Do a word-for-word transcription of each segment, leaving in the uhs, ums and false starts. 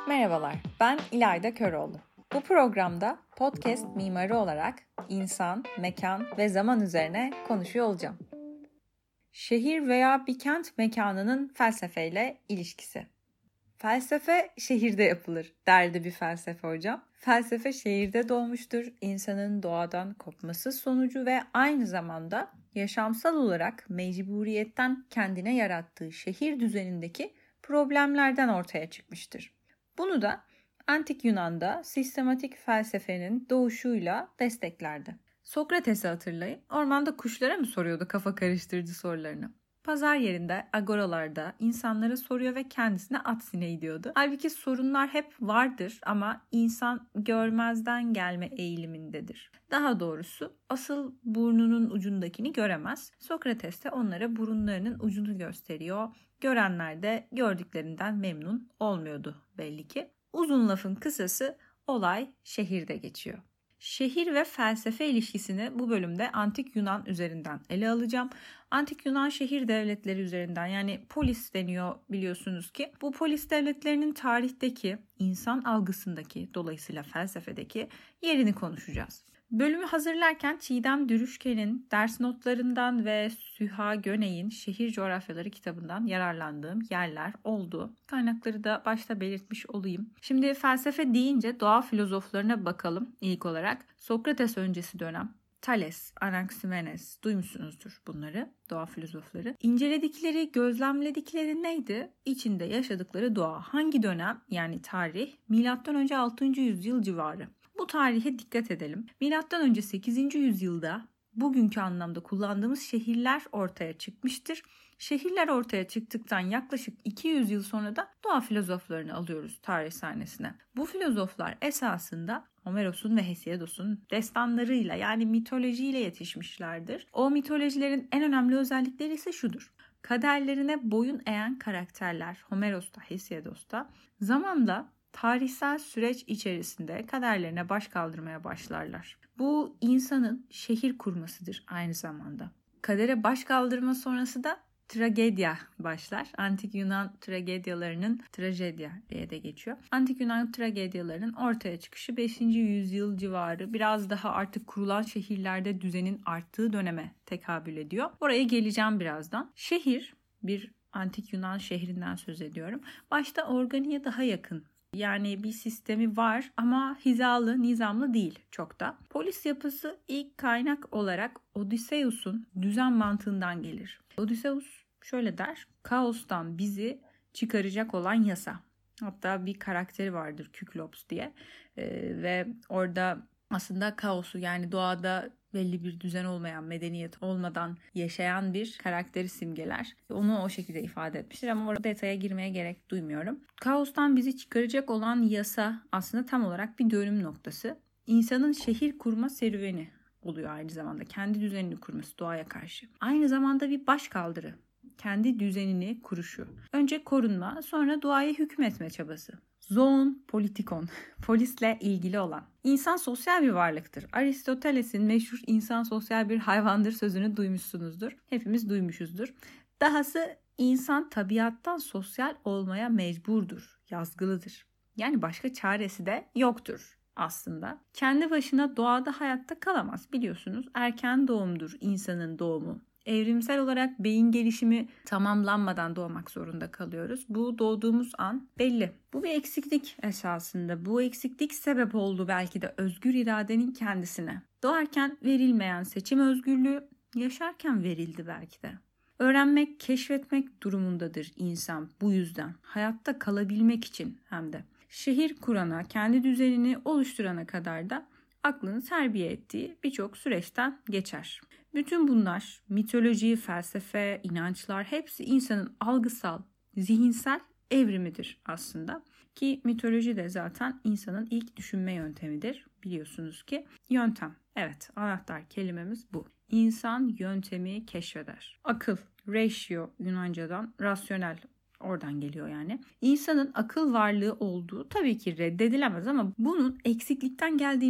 Merhabalar, ben İlayda Köroğlu. Bu programda podcast mimarı olarak insan, mekan ve zaman üzerine konuşuyor olacağım. Şehir veya bir kent mekanının felsefeyle ilişkisi. Felsefe şehirde yapılır derdi bir felsefe hocam. Felsefe şehirde doğmuştur. İnsanın doğadan kopması sonucu ve aynı zamanda yaşamsal olarak mecburiyetten kendine yarattığı şehir düzenindeki problemlerden ortaya çıkmıştır. Bunu da Antik Yunan'da sistematik felsefenin doğuşuyla desteklerdi. Sokrates'i hatırlayın. Ormanda kuşlara mı soruyordu kafa karıştırıcı sorularını? Pazar yerinde, agoralarda insanlara soruyor ve kendisine at sineği diyordu. Halbuki sorunlar hep vardır ama insan görmezden gelme eğilimindedir. Daha doğrusu asıl burnunun ucundakini göremez. Sokrates de onlara burunlarının ucunu gösteriyor. Görenler de gördüklerinden memnun olmuyordu belli ki. Uzun lafın kısası olay şehirde geçiyor. Şehir ve felsefe ilişkisini bu bölümde Antik Yunan üzerinden ele alacağım. Antik Yunan şehir devletleri üzerinden, yani polis deniyor biliyorsunuz ki. Bu polis devletlerinin tarihteki, insan algısındaki, dolayısıyla felsefedeki yerini konuşacağız. Bölümü hazırlarken Çiğdem Dürüşken'in ders notlarından ve Süha Göney'in Şehir Coğrafyaları kitabından yararlandığım yerler oldu. Kaynakları da başta belirtmiş olayım. Şimdi felsefe deyince doğa filozoflarına bakalım ilk olarak. Sokrates öncesi dönem. Thales, Anaximenes, duymuşsunuzdur bunları, doğa filozofları. İnceledikleri, gözlemledikleri neydi? İçinde yaşadıkları doğa. Hangi dönem? Yani tarih, milattan önce altıncı yüzyıl civarı. Bu tarihe dikkat edelim. Milattan önce sekizinci yüzyılda bugünkü anlamda kullandığımız şehirler ortaya çıkmıştır. Şehirler ortaya çıktıktan yaklaşık iki yüz yıl sonra da doğa filozoflarını alıyoruz tarih sahnesine. Bu filozoflar esasında Homeros'un ve Hesiodos'un destanlarıyla, yani mitolojiyle yetişmişlerdir. O mitolojilerin en önemli özellikleri ise şudur. Kaderlerine boyun eğen karakterler Homeros'ta, Hesiodos'ta zamanla tarihsel süreç içerisinde kaderlerine baş kaldırmaya başlarlar. Bu insanın şehir kurmasıdır aynı zamanda. Kadere baş kaldırma sonrası da tragedya başlar. Antik Yunan tragedyalarının, trajedya diye de geçiyor. Antik Yunan tragedyalarının ortaya çıkışı beşinci yüzyıl civarı, biraz daha artık kurulan şehirlerde düzenin arttığı döneme tekabül ediyor. Oraya geleceğim birazdan. Şehir, bir Antik Yunan şehrinden söz ediyorum. Başta organiğe daha yakın. Yani bir sistemi var ama hizalı, nizamlı değil çok da. Polis yapısı ilk kaynak olarak Odysseus'un düzen mantığından gelir. Odysseus şöyle der: kaostan bizi çıkaracak olan yasa. Hatta bir karakteri vardır, Kyklops diye. Ee, ve orada aslında kaosu, yani doğada belli bir düzen olmayan, medeniyet olmadan yaşayan bir karakteri simgeler. Onu o şekilde ifade etmiştir ama orada detaya girmeye gerek duymuyorum. Kaostan bizi çıkaracak olan yasa aslında tam olarak bir dönüm noktası. İnsanın şehir kurma serüveni oluyor aynı zamanda. Kendi düzenini kurması doğaya karşı. Aynı zamanda bir başkaldırı. Kendi düzenini kuruşu. Önce korunma, sonra doğaya hükmetme çabası. Zoon politikon, polisle ilgili olan. İnsan sosyal bir varlıktır. Aristoteles'in meşhur insan sosyal bir hayvandır sözünü duymuşsunuzdur. Hepimiz duymuşuzdur. Dahası insan tabiattan sosyal olmaya mecburdur, yazgılıdır. Yani başka çaresi de yoktur aslında. Kendi başına doğada hayatta kalamaz, biliyorsunuz. Erken doğumdur insanın doğumu. Evrimsel olarak beyin gelişimi tamamlanmadan doğmak zorunda kalıyoruz. Bu doğduğumuz an belli. Bu bir eksiklik esasında. Bu eksiklik sebep oldu belki de özgür iradenin kendisine. Doğarken verilmeyen seçim özgürlüğü yaşarken verildi belki de. Öğrenmek, keşfetmek durumundadır insan bu yüzden. Hayatta kalabilmek için hem de. Şehir kurana, kendi düzenini oluşturana kadar da aklını terbiye ettiği birçok süreçten geçer. Bütün bunlar, mitoloji, felsefe, inançlar, hepsi insanın algısal, zihinsel evrimidir aslında. Ki mitoloji de zaten insanın ilk düşünme yöntemidir, biliyorsunuz ki. Yöntem, evet, anahtar kelimemiz bu. İnsan yöntemi keşfeder. Akıl, ratio Yunancadan, rasyonel, oradan geliyor yani. İnsanın akıl varlığı olduğu tabii ki reddedilemez ama bunun eksiklikten geldiğini de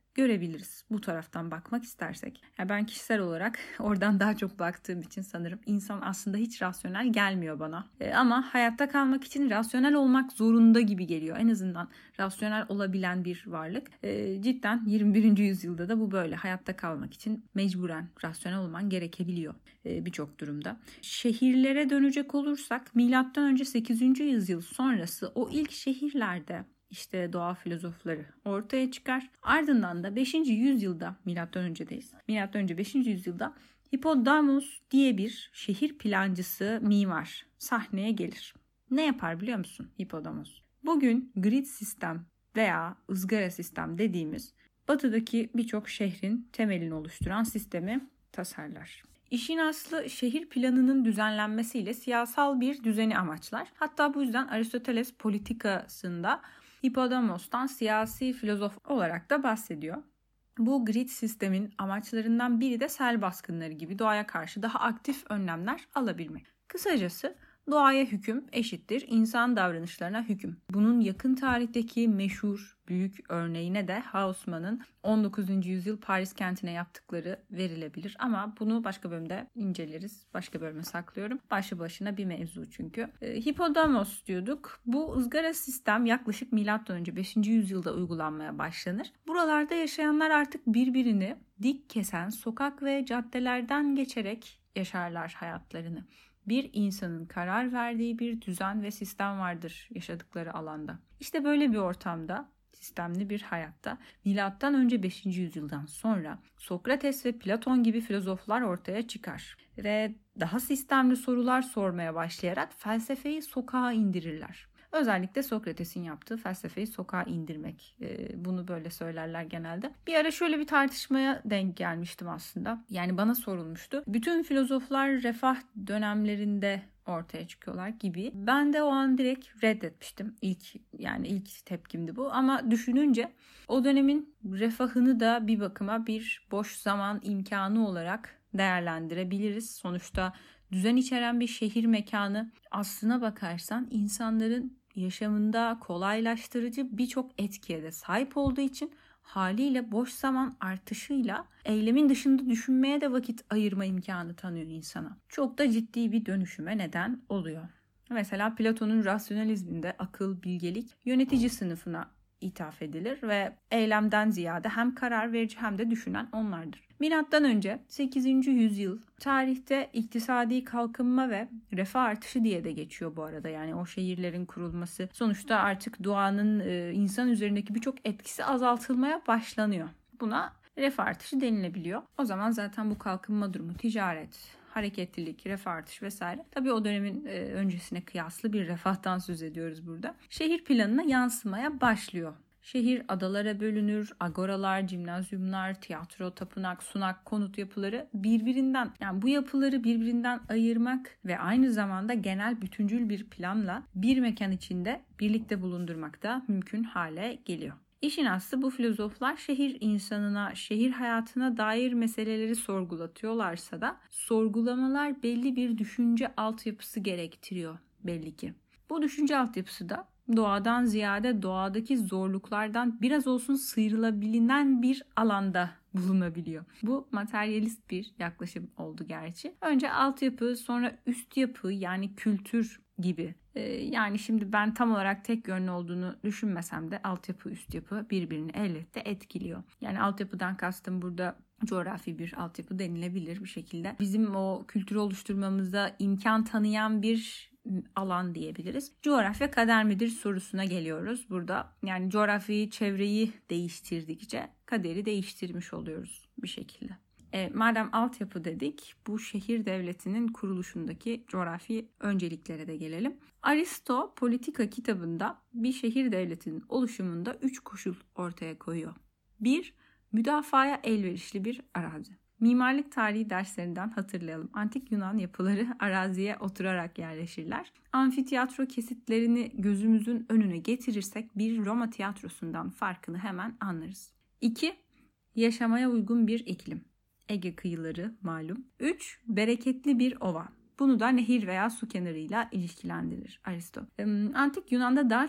görebiliriz bu taraftan bakmak istersek. Yani ben kişisel olarak oradan daha çok baktığım için sanırım insan aslında hiç rasyonel gelmiyor bana. E, ama hayatta kalmak için rasyonel olmak zorunda gibi geliyor. En azından rasyonel olabilen bir varlık. E, cidden yirmi birinci yüzyılda da bu böyle. Hayatta kalmak için mecburen rasyonel olman gerekebiliyor e, birçok durumda. Şehirlere dönecek olursak milattan önce sekizinci yüzyıl sonrası o ilk şehirlerde İşte doğa filozofları ortaya çıkar. Ardından da beşinci yüzyılda milattan öncedeyiz. Milattan önce beşinci yüzyılda Hippodamos diye bir şehir plancısı mimar sahneye gelir. Ne yapar biliyor musun Hippodamos? Bugün grid sistem veya ızgara sistem dediğimiz batıdaki birçok şehrin temelini oluşturan sistemi tasarlar. İşin aslı şehir planının düzenlenmesiyle siyasal bir düzeni amaçlar. Hatta bu yüzden Aristoteles politikasında Hippodamos'tan siyasi filozof olarak da bahsediyor. Bu grid sistemin amaçlarından biri de sel baskınları gibi doğaya karşı daha aktif önlemler alabilmek. Kısacası doğaya hüküm eşittir insan davranışlarına hüküm. Bunun yakın tarihteki meşhur büyük örneğine de Haussmann'ın on dokuzuncu yüzyıl Paris kentine yaptıkları verilebilir. Ama bunu başka bölümde inceleriz. Başka bölüme saklıyorum. Başlı başına bir mevzu çünkü. E, Hippodamos diyorduk. Bu ızgara sistem yaklaşık milattan önce beşinci yüzyılda uygulanmaya başlanır. Buralarda yaşayanlar artık birbirini dik kesen sokak ve caddelerden geçerek yaşarlar hayatlarını. Bir insanın karar verdiği bir düzen ve sistem vardır yaşadıkları alanda. İşte böyle bir ortamda, sistemli bir hayatta milattan önce beşinci yüzyıldan sonra Sokrates ve Platon gibi filozoflar ortaya çıkar ve daha sistemli sorular sormaya başlayarak felsefeyi sokağa indirirler. Özellikle Sokrates'in yaptığı felsefeyi sokağa indirmek. Ee, bunu böyle söylerler genelde. Bir ara şöyle bir tartışmaya denk gelmiştim aslında. Yani bana sorulmuştu. Bütün filozoflar refah dönemlerinde ortaya çıkıyorlar gibi. Ben de o an direkt reddetmiştim. İlk yani ilk tepkimdi bu. Ama düşününce o dönemin refahını da bir bakıma bir boş zaman imkanı olarak değerlendirebiliriz. Sonuçta düzen içeren bir şehir mekanı aslına bakarsan insanların yaşamında kolaylaştırıcı birçok etkiye de sahip olduğu için haliyle boş zaman artışıyla eylemin dışında düşünmeye de vakit ayırma imkanı tanıyor insana. Çok da ciddi bir dönüşüme neden oluyor. Mesela Platon'un rasyonalizminde akıl, bilgelik yönetici sınıfına ithaf edilir ve eylemden ziyade hem karar verici hem de düşünen onlardır. Milattan önce sekizinci yüzyıl tarihte iktisadi kalkınma ve refah artışı diye de geçiyor bu arada. Yani o şehirlerin kurulması sonuçta artık doğanın e, insan üzerindeki birçok etkisi azaltılmaya başlanıyor. Buna refah artışı denilebiliyor. O zaman zaten bu kalkınma durumu ticaret, hareketlilik, refah artışı vesaire. Tabii o dönemin e, öncesine kıyaslı bir refahtan söz ediyoruz burada. Şehir planına yansımaya başlıyor. Şehir adalara bölünür, agoralar, jimnazyumlar, tiyatro, tapınak, sunak, konut yapıları birbirinden, yani bu yapıları birbirinden ayırmak ve aynı zamanda genel bütüncül bir planla bir mekan içinde birlikte bulundurmak da mümkün hale geliyor. İşin aslı bu filozoflar şehir insanına, şehir hayatına dair meseleleri sorgulatıyorlarsa da sorgulamalar belli bir düşünce altyapısı gerektiriyor belli ki. Bu düşünce altyapısı da doğadan ziyade doğadaki zorluklardan biraz olsun sıyrılabilinen bir alanda bulunabiliyor. Bu materyalist bir yaklaşım oldu gerçi. Önce altyapı, sonra üst yapı yani kültür gibi. Ee, yani şimdi ben tam olarak tek yönlü olduğunu düşünmesem de altyapı, üst yapı birbirini elbette etkiliyor. Yani altyapıdan kastım burada coğrafi bir altyapı denilebilir bir şekilde. Bizim o kültürü oluşturmamıza imkan tanıyan bir alan diyebiliriz. Coğrafya kader midir sorusuna geliyoruz burada. Yani coğrafyayı, çevreyi değiştirdikçe kaderi değiştirmiş oluyoruz bir şekilde. E, madem altyapı dedik, bu şehir devletinin kuruluşundaki coğrafi önceliklere de gelelim. Aristo Politika kitabında bir şehir devletinin oluşumunda üç koşul ortaya koyuyor. bir Müdafaya elverişli bir arazi. Mimarlık tarihi derslerinden hatırlayalım. Antik Yunan yapıları araziye oturarak yerleşirler. Amfiteyatro kesitlerini gözümüzün önüne getirirsek bir Roma tiyatrosundan farkını hemen anlarız. iki Yaşamaya uygun bir iklim. Ege kıyıları malum. üç Bereketli bir ova. Bunu da nehir veya su kenarıyla ilişkilendirir Aristo. Antik Yunan'da daha çok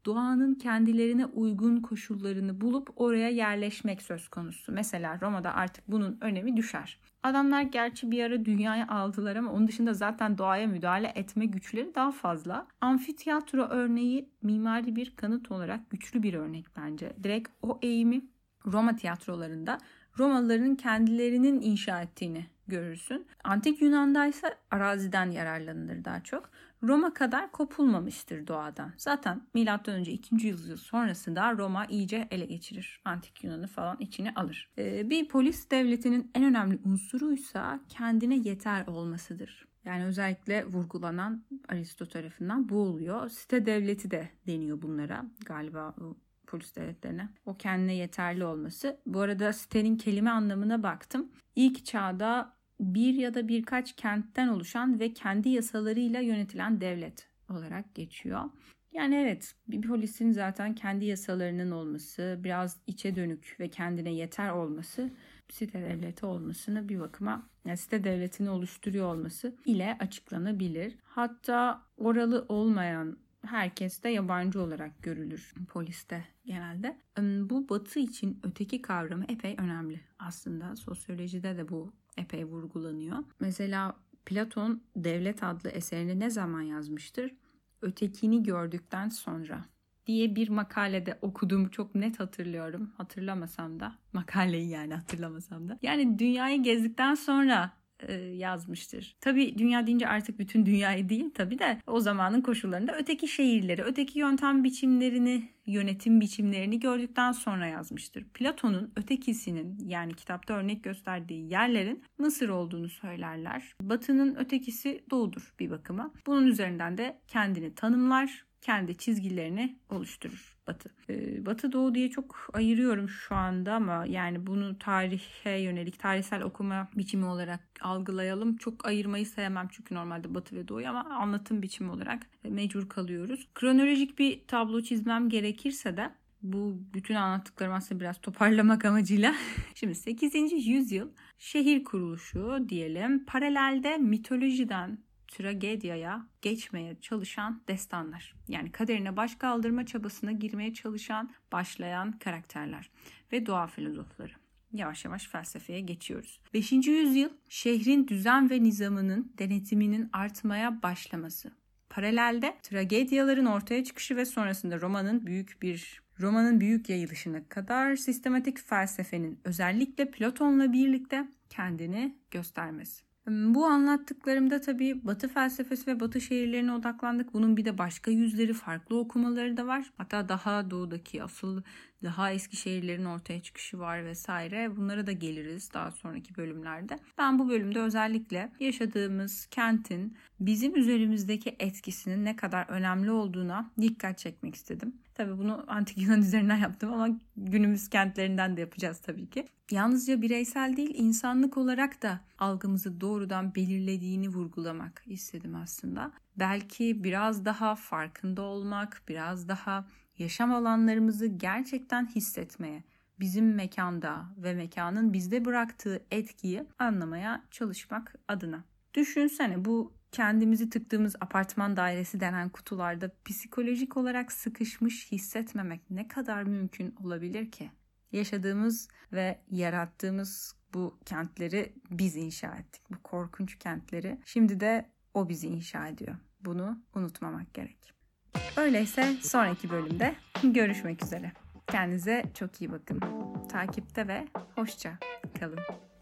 doğanın kendilerine uygun koşullarını bulup oraya yerleşmek söz konusu. Mesela Roma'da artık bunun önemi düşer. Adamlar gerçi bir ara dünyayı aldılar ama onun dışında zaten doğaya müdahale etme güçleri daha fazla. Amfiteyatro örneği mimari bir kanıt olarak güçlü bir örnek bence. Direkt o eğimi Roma tiyatrolarında Romalıların kendilerinin inşa ettiğini görürsün. Antik Yunan'da ise araziden yararlanılır daha çok. Roma kadar kopulmamıştır doğadan. Zaten milattan önce ikinci yüzyıl sonrasında Roma iyice ele geçirir. Antik Yunan'ı falan içine alır. Ee, bir polis devletinin en önemli unsuruysa kendine yeter olmasıdır. Yani özellikle vurgulanan Aristo tarafından bu oluyor. Site devleti de deniyor bunlara galiba bu polis devletlerine. O kendine yeterli olması. Bu arada sitenin kelime anlamına baktım. İlk çağda bir ya da birkaç kentten oluşan ve kendi yasalarıyla yönetilen devlet olarak geçiyor. Yani evet, bir polisin zaten kendi yasalarının olması, biraz içe dönük ve kendine yeter olması, site devleti olmasını bir bakıma, yani site devletini oluşturuyor olması ile açıklanabilir. Hatta oralı olmayan herkes de yabancı olarak görülür poliste genelde. Bu Batı için öteki kavramı epey önemli. Aslında sosyolojide de bu epey vurgulanıyor. Mesela Platon Devlet adlı eserini ne zaman yazmıştır? Ötekini gördükten sonra diye bir makalede okuduğumu çok net hatırlıyorum. Hatırlamasam da, makaleyi yani hatırlamasam da. Yani dünyayı gezdikten sonra yazmıştır. Tabii dünya deyince artık bütün dünyayı değil tabii de o zamanın koşullarında öteki şehirleri, öteki yöntem biçimlerini, yönetim biçimlerini gördükten sonra yazmıştır. Platon'un ötekisinin, yani kitapta örnek gösterdiği yerlerin Mısır olduğunu söylerler. Batı'nın ötekisi Doğu'dur bir bakıma. Bunun üzerinden de kendini tanımlar, kendi çizgilerini oluşturur Batı. Ee, Batı Doğu diye çok ayırıyorum şu anda ama yani bunu tarihe yönelik tarihsel okuma biçimi olarak algılayalım. Çok ayırmayı sevmem çünkü normalde Batı ve Doğu'yu, ama anlatım biçimi olarak mecbur kalıyoruz. Kronolojik bir tablo çizmem gerekirse de bu bütün anlattıklarım aslında biraz toparlamak amacıyla. Şimdi sekizinci yüzyıl şehir kuruluşu diyelim. Paralelde mitolojiden tragediya geçmeye çalışan destanlar. Yani kaderine baş kaldırma çabasına girmeye çalışan, başlayan karakterler ve doğa filozofları. Yavaş yavaş felsefeye geçiyoruz. beşinci yüzyıl şehrin düzen ve nizamının denetiminin artmaya başlaması. Paralelde tragedyaların ortaya çıkışı ve sonrasında romanın büyük bir romanın büyük yayılışına kadar sistematik felsefenin özellikle Platon'la birlikte kendini göstermesi. Bu anlattıklarımda tabii Batı felsefesi ve Batı şehirlerine odaklandık. Bunun bir de başka yüzleri, farklı okumaları da var. Hatta daha doğudaki asıl daha eski şehirlerin ortaya çıkışı var vesaire. Bunlara da geliriz daha sonraki bölümlerde. Ben bu bölümde özellikle yaşadığımız kentin bizim üzerimizdeki etkisinin ne kadar önemli olduğuna dikkat çekmek istedim. Tabii bunu Antik Yunan üzerinden yaptım ama günümüz kentlerinden de yapacağız tabii ki. Yalnızca bireysel değil, insanlık olarak da algımızı doğrudan belirlediğini vurgulamak istedim aslında. Belki biraz daha farkında olmak, biraz daha yaşam alanlarımızı gerçekten hissetmeye, bizim mekanda ve mekanın bizde bıraktığı etkiyi anlamaya çalışmak adına. Düşünsene, bu kendimizi tıktığımız apartman dairesi denen kutularda psikolojik olarak sıkışmış hissetmemek ne kadar mümkün olabilir ki? Yaşadığımız ve yarattığımız bu kentleri biz inşa ettik. Bu korkunç kentleri. Şimdi de o bizi inşa ediyor. Bunu unutmamak gerek. Öyleyse sonraki bölümde görüşmek üzere. Kendinize çok iyi bakın. Takipte ve hoşça kalın.